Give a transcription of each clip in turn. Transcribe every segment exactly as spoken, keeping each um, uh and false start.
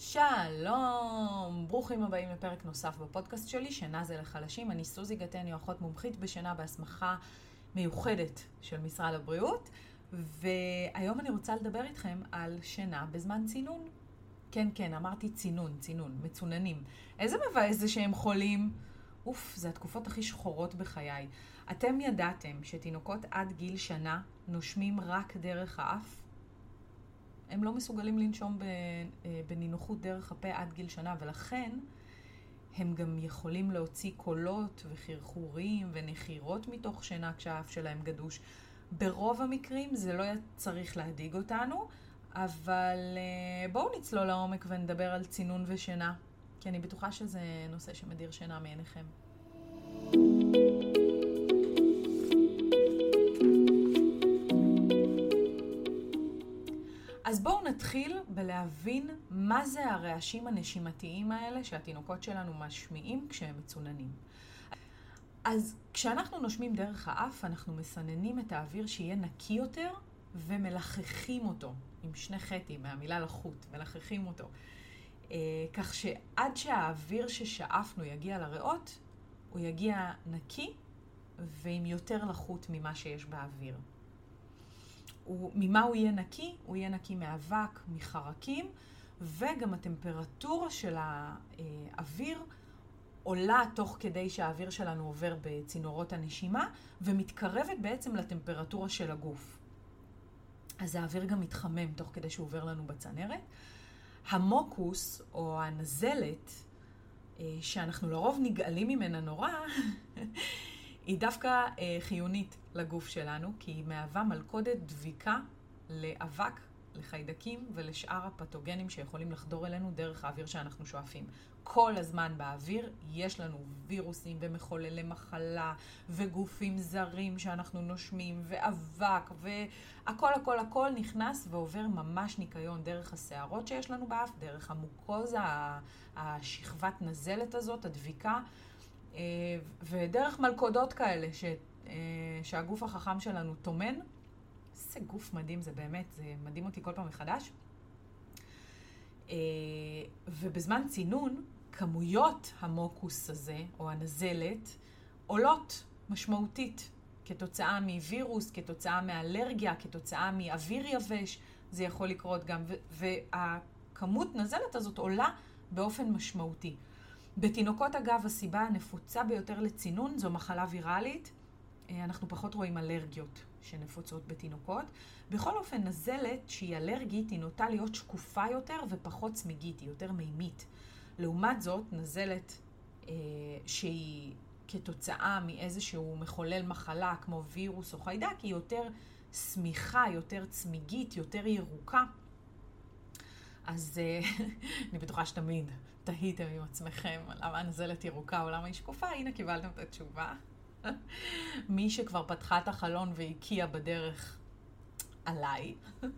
שלום, ברוכים הבאים לפרק נוסף בפודקאסט שלי, שינה זה לחלשים. אני סוזי גטניו, אחות מומחית בשינה בהסמכה מיוחדת של משרד הבריאות, והיום אני רוצה לדבר איתכם על שינה בזמן צינון. כן, כן, אמרתי צינון, צינון, מצוננים. איזה מבאס זה שהם חולים? אוף, זה התקופות הכי שחורות בחיי. אתם ידעתם שתינוקות עד גיל שנה נושמים רק דרך האף? הם לא מסוגלים לנשום בנינוחות דרך הפה עד גיל שנה, ולכן הם גם יכולים להוציא קולות וחרחורים ונחירות מתוך שינה כשהאף שלהם גדוש. ברוב המקרים זה לא צריך להדאיג אותנו, אבל בואו נצלול לעומק ונדבר על צינון ושינה, כי אני בטוחה שזה נושא שמדיר שינה מעיניכם. אז בואו נתחיל בלהבין מה זה הרעשים הנשימתיים האלה שהתינוקות שלנו משמיעים כשהם מצוננים. אז כשאנחנו נושמים דרך האף, אנחנו מסננים את האוויר שיהיה נקי יותר ומלחכים אותו, עם שני חטים מהמילה לחות, מלחכים אותו. כך שעד שהאוויר ששאפנו יגיע לריאות, הוא יגיע נקי ועם יותר לחות ממה שיש באוויר. ממה הוא יהיה נקי? הוא יהיה נקי מאבק, מחרקים, וגם הטמפרטורה של האוויר עולה תוך כדי שהאוויר שלנו עובר בצינורות הנשימה, ומתקרבת בעצם לטמפרטורה של הגוף. אז האוויר גם מתחמם תוך כדי שהוא עובר לנו בצנרת. המוקוס או הנזלת, שאנחנו לרוב נגעלים ממנה נורא, היא דווקא אה, חיונית לגוף שלנו, כי היא מהווה מלכודת דביקה לאבק, לחיידקים ולשאר הפתוגנים שיכולים לחדור אלינו דרך האוויר שאנחנו שואפים. כל הזמן באוויר יש לנו וירוסים ומחוללי מחלה וגופים זרים שאנחנו נושמים ואבק והכל הכל הכל נכנס ועובר ממש ניקיון דרך השערות שיש לנו באף, דרך המוקוזה, השכבת נזלת הזאת, הדביקה, ודרך מלכודות כאלה ש, שהגוף החכם שלנו תומן. זה גוף מדהים, זה באמת, זה מדהים אותי כל פעם מחדש. ובזמן צינון, כמויות המוקוס הזה, או הנזלת, עולות משמעותית, כתוצאה מווירוס, כתוצאה מאלרגיה, כתוצאה מאוויר יבש, זה יכול לקרות גם, והכמות נזלת הזאת עולה באופן משמעותי. בתינוקות אגב, הסיבה הנפוצה ביותר לצינון זו מחלה ויראלית. אנחנו פחות רואים אלרגיות שנפוצות בתינוקות. בכל אופן, נזלת שהיא אלרגית היא נוטה להיות שקופה יותר ופחות צמיגית, היא יותר מימית. לעומת זאת, נזלת אה, שהיא כתוצאה מאיזשהו מחולל מחלה כמו וירוס או חיידק, היא יותר סמיכה, יותר צמיגית, יותר ירוקה. אז אני בטוחה שתמיד תהיתם עם עצמכם למה הנזלת ירוקה או למה היא שקופה. הנה קיבלתם את התשובה. מי שכבר פתחה את החלון והקיעה בדרך עליי.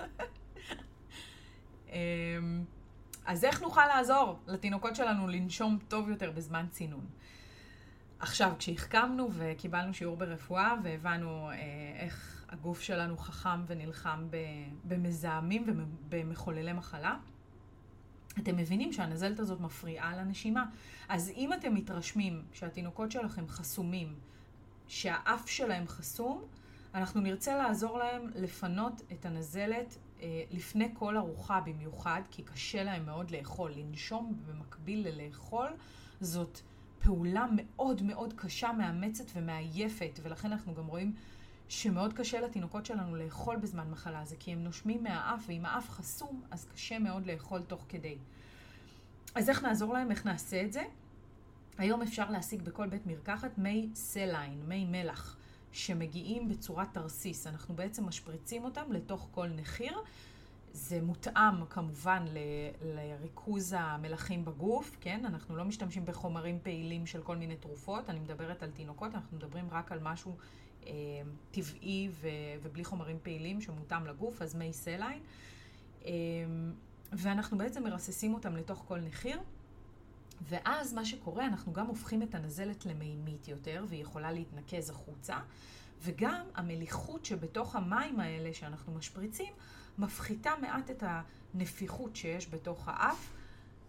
אז איך נוכל לעזור לתינוקות שלנו לנשום טוב יותר בזמן צינון? עכשיו, כשהחכמנו וקיבלנו שיעור ברפואה והבנו איך הגוף שלנו חכם ונלחם במזהמים ובמחוללי מחלה, אתם מבינים שהנזלת הזאת מפריעה לנשימה. אז אם אתם מתרשמים שהתינוקות שלכם חסומים, שהאף שלהם חסום, אנחנו נרצה לעזור להם לפנות את הנזלת אה, לפני כל ארוחה במיוחד, כי קשה להם מאוד לאכול. לנשום במקביל ללאכול, זאת פעולה מאוד מאוד קשה, מאמצת ומעייפת, ולכן אנחנו גם רואים שמאוד קשה לתינוקות שלנו לאכול בזמן מחלה, זה כי הם נושמים מהאף, ואם האף חסום, אז קשה מאוד לאכול תוך כדי. אז איך נעזור להם? איך נעשה את זה? היום אפשר להשיג בכל בית מרקחת מי סליין, מי מלח, שמגיעים בצורת תרסיס. אנחנו בעצם משפריצים אותם לתוך כל נחיר. זה מותאם כמובן ל- לריכוז המלחים בגוף, כן? אנחנו לא משתמשים בחומרים פעילים של כל מיני תרופות, אני מדברת על תינוקות, אנחנו מדברים רק על משהו אה, טבעי ו- ובלי חומרים פעילים שמותאם לגוף, אז מי סליין. אה, ואנחנו בעצם מרססים אותם לתוך כל נחיר, ואז מה שקורה, אנחנו גם הופכים את הנזלת למימית יותר, והיא יכולה להתנקז החוצה, וגם המליחות שבתוך המים האלה שאנחנו משפריצים, מפחיתה מעט את הנפיחות שיש בתוך האף,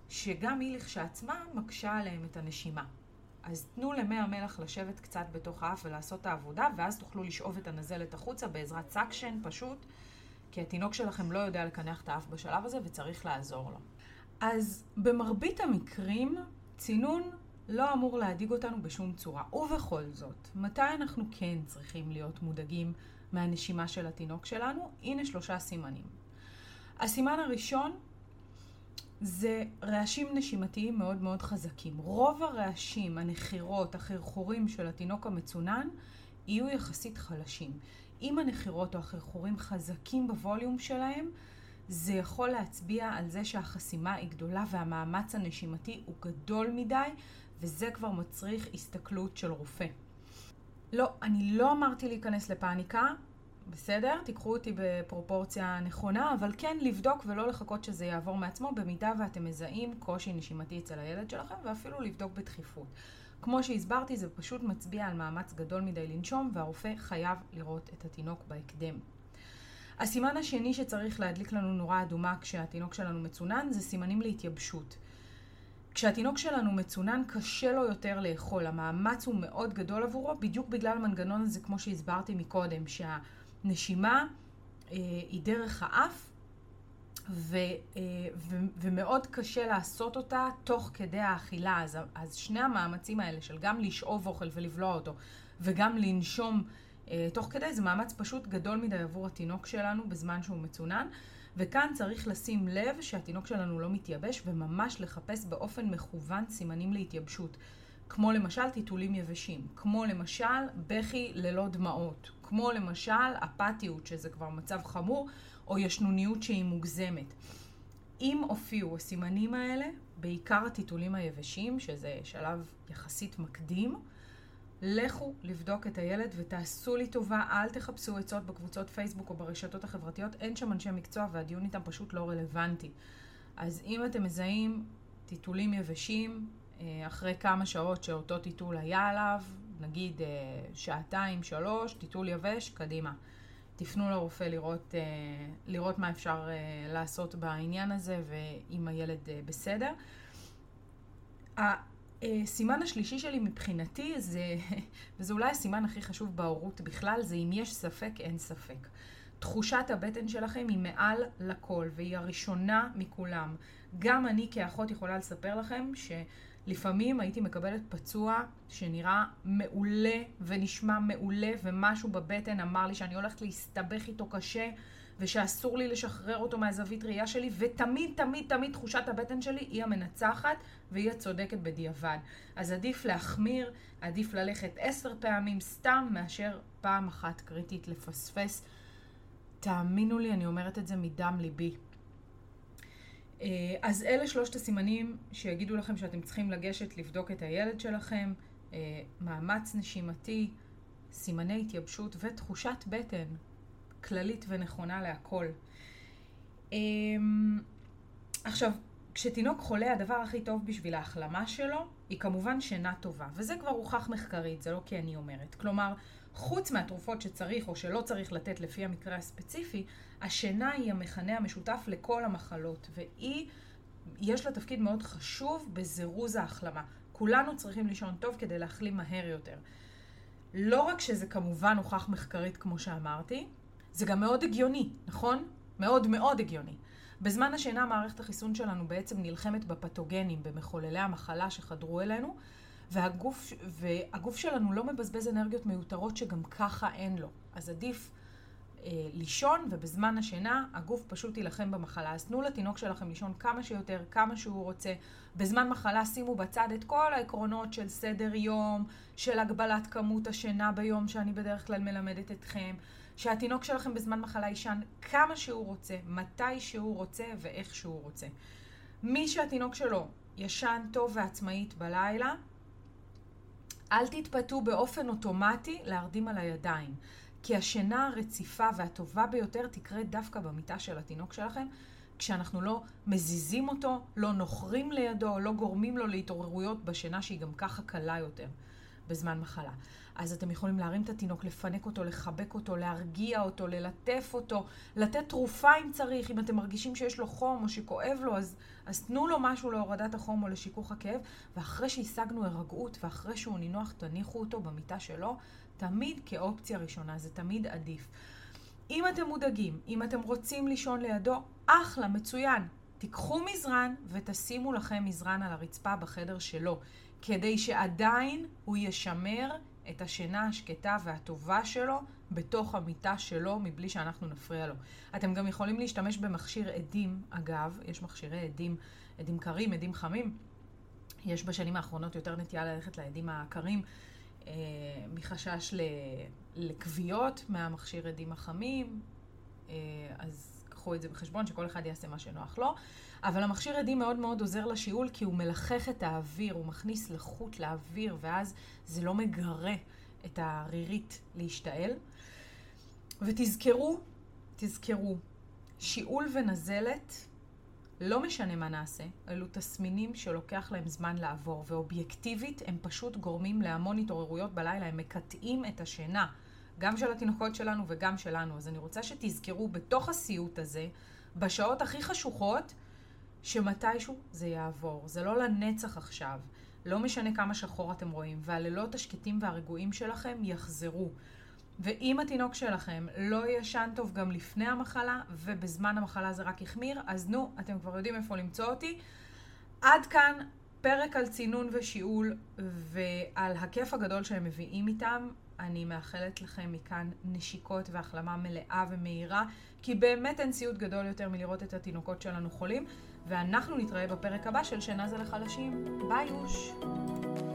שגם היא לכשעצמה מקשה עליהם את הנשימה. אז תנו למי המלח לשבת קצת בתוך האף ולעשות את העבודה, ואז תוכלו לשאוב את הנזלת החוצה בעזרת סאקשן פשוט, כי התינוק שלכם לא יודע לקנח את האף בשלב הזה וצריך לעזור לו. אז במרבית המקרים, צינון לא אמור להדיג אותנו בשום צורה. ובכל זאת, מתי אנחנו כן צריכים להיות מודאגים מהנשימה של התינוק שלנו? הנה שלושה סימנים. הסימן הראשון זה רעשים נשימתיים מאוד מאוד חזקים. רוב הרעשים, הנחירות, החרחורים של התינוק המצונן יהיו יחסית חלשים. אם הנחירות או החרחורים חזקים בווליום שלהם, זה יכול להצביע על זה שהחסימה היא גדולה והמאמץ הנשימתי הוא גדול מדי, וזה כבר מצריך הסתכלות של רופא. לא, אני לא אמרתי להיכנס לפאניקה, בסדר? תיקחו אותי בפרופורציה נכונה, אבל כן לבדוק ולא לחכות שזה יעבור מעצמו, במידה ואתם מזהים קושי נשימתי אצל הילד שלכם, ואפילו לבדוק בדחיפות. כמו שהסברתי, זה פשוט מצביע על מאמץ גדול מדי לנשום, והרופא חייב לראות את התינוק בהקדם. הסימן השני שצריך להדליק לנו נורה אדומה כשהתינוק שלנו מצונן, זה סימנים להתייבשות. כשהתינוק שלנו מצונן, קשה לו יותר לאכול. המאמץ הוא מאוד גדול עבורו, בדיוק בגלל המנגנון הזה, כמו שהסברתי מקודם, שהנשימה אה, היא דרך האף, ו, אה, ו, ומאוד קשה לעשות אותה תוך כדי האכילה. אז, אז שני המאמצים האלה של גם לשאוב אוכל ולבלוע אותו, וגם לנשום אה, תוך כדי, זה מאמץ פשוט גדול מדי עבור התינוק שלנו בזמן שהוא מצונן. וכאן צריך לשים לב שהתינוק שלנו לא מתייבש, וממש לחפש באופן מכוון סימנים להתייבשות. כמו למשל טיטולים יבשים, כמו למשל בכי ללא דמעות, כמו למשל אפתיות, שזה כבר מצב חמור, או ישנוניות שהיא מוגזמת. אם הופיעו הסימנים האלה, בעיקר הטיטולים היבשים, שזה שלב יחסית מקדים, לכו לבדוק את הילד ותעשו לי טובה, אל תחפשו עצות בקבוצות פייסבוק או ברשתות החברתיות, אין שם אנשי מקצוע והדיון איתם פשוט לא רלוונטי. אז אם אתם מזהים טיטולים יבשים, אחרי כמה שעות שאותו טיטול היה עליו, נגיד שעתיים, שלוש, טיטול יבש, קדימה. תפנו לרופא לראות, לראות מה אפשר לעשות בעניין הזה ואם הילד בסדר. הסימן השלישי שלי מבחינתי, זה, וזה אולי הסימן הכי חשוב בהורות בכלל, זה אם יש ספק, אין ספק. תחושת הבטן שלכם היא מעל לכל, והיא הראשונה מכולם. גם אני כאחות יכולה לספר לכם שלפעמים הייתי מקבלת פצוע שנראה מעולה ונשמע מעולה, ומשהו בבטן אמר לי שאני הולכת להסתבך איתו קשה, ושאסור לי לשחרר אותו מהזווית ראייה שלי, ותמיד, תמיד, תמיד תחושת הבטן שלי היא המנצחת, והיא הצודקת בדיעבד. אז עדיף להחמיר, עדיף ללכת עשר פעמים סתם, מאשר פעם אחת קריטית לפספס. תאמינו לי, אני אומרת את זה מדם ליבי. אז אלה שלושת הסימנים שיגידו לכם שאתם צריכים לגשת לבדוק את הילד שלכם, מאמץ נשימתי, סימני התייבשות ותחושת בטן. כללית ונכונה להכל. עכשיו, כשתינוק חולה, הדבר הכי טוב בשביל ההחלמה שלו, היא כמובן שינה טובה. וזה כבר הוכח מחקרית, זה לא כי אני אומרת. כלומר, חוץ מהתרופות שצריך או שלא צריך לתת לפי המקרה הספציפי, השינה היא המכנה המשותף לכל המחלות, והיא, יש לה תפקיד מאוד חשוב בזירוז ההחלמה. כולנו צריכים לישון טוב כדי להחלים מהר יותר. לא רק שזה כמובן הוכח מחקרית כמו שאמרתי, זה גם מאוד הגיוני, נכון? מאוד מאוד הגיוני. בזמן השינה מערכת החיסון שלנו בעצם נלחמת בפתוגנים, במחוללי המחלה שחדרו אלינו, והגוף, והגוף שלנו לא מבזבז אנרגיות מיותרות שגם ככה אין לו. אז עדיף אה, לישון, ובזמן השינה הגוף פשוט ילחם במחלה. אז תנו לתינוק שלכם לישון כמה שיותר, כמה שהוא רוצה. בזמן מחלה שימו בצד את כל העקרונות של סדר יום, של הגבלת כמות השינה ביום שאני בדרך כלל מלמדת אתכם. שהתינוק שלכם בזמן מחלה ישן כמה שהוא רוצה, מתי שהוא רוצה ואיך שהוא רוצה. מי שהתינוק שלו ישן טוב ועצמאית בלילה, אל תתפתו באופן אוטומטי להרדים על הידיים. כי השינה הרציפה והטובה ביותר תקרה דווקא במיטה של התינוק שלכם, כשאנחנו לא מזיזים אותו, לא נוחרים לידו, לא גורמים לו להתעוררויות בשינה שהיא גם ככה קלה יותר. בזמן מחלה. אז אתם יכולים להרים את התינוק, לפנק אותו, לחבק אותו, להרגיע אותו, ללטף אותו, לתת תרופה אם צריך, אם אתם מרגישים שיש לו חום או שכואב לו, אז, אז תנו לו משהו להורדת החום או לשיכוך הכאב, ואחרי שהשגנו הרגעות ואחרי שהוא נינוח, תניחו אותו במיטה שלו, תמיד כאופציה ראשונה, זה תמיד עדיף. אם אתם מודאגים, אם אתם רוצים לישון לידו, אחלה, מצוין. תיקחו מזרן ותשימו לכם מזרן על הרצפה בחדר שלו, כדי שעדיין הוא ישמר את השינה השקטה והטובה שלו בתוך המיטה שלו, מבלי שאנחנו נפריע לו. אתם גם יכולים להשתמש במכשיר עדים, אגב, יש מכשירי עדים, עדים קרים, עדים חמים. יש בשנים האחרונות יותר נטייה ללכת לעדים הקרים, אה, מחשש לכוויות מהמכשיר עדים החמים, אה, אז קחו את זה בחשבון, שכל אחד יעשה מה שנוח לו. אבל המכשיר עדים מאוד מאוד עוזר לשיעול, כי הוא מלחך את האוויר, הוא מכניס לחות לאוויר, ואז זה לא מגרה את הרירית להשתעל. ותזכרו, תזכרו, שיעול ונזלת, לא משנה מה נעשה, אלו תסמינים שלוקח להם זמן לעבור, ואובייקטיבית הם פשוט גורמים להמון התעוררויות בלילה, הם מקטעים את השינה, גם של התינוקות שלנו וגם שלנו. אז אני רוצה שתזכרו בתוך הסיוט הזה, בשעות הכי חשוכות, שמתישהו זה יעבור. זה לא לנצח עכשיו. לא משנה כמה שחור אתם רואים, והלילות השקטים והרגועים שלכם יחזרו. ואם התינוק שלכם לא ישן טוב גם לפני המחלה, ובזמן המחלה זה רק יחמיר, אז נו, אתם כבר יודעים איפה למצוא אותי. עד כאן פרק על צינון ושיעול, ועל הכיף הגדול שהם מביאים איתם. אני מאחלת לכם מכאן נשיקות והחלמה מלאה ומהירה, כי באמת אין סיוט גדול יותר מלראות את התינוקות שלנו חולים, ואנחנו נתראה בפרק הבא של שינה זה לחלשים. ביי יוש!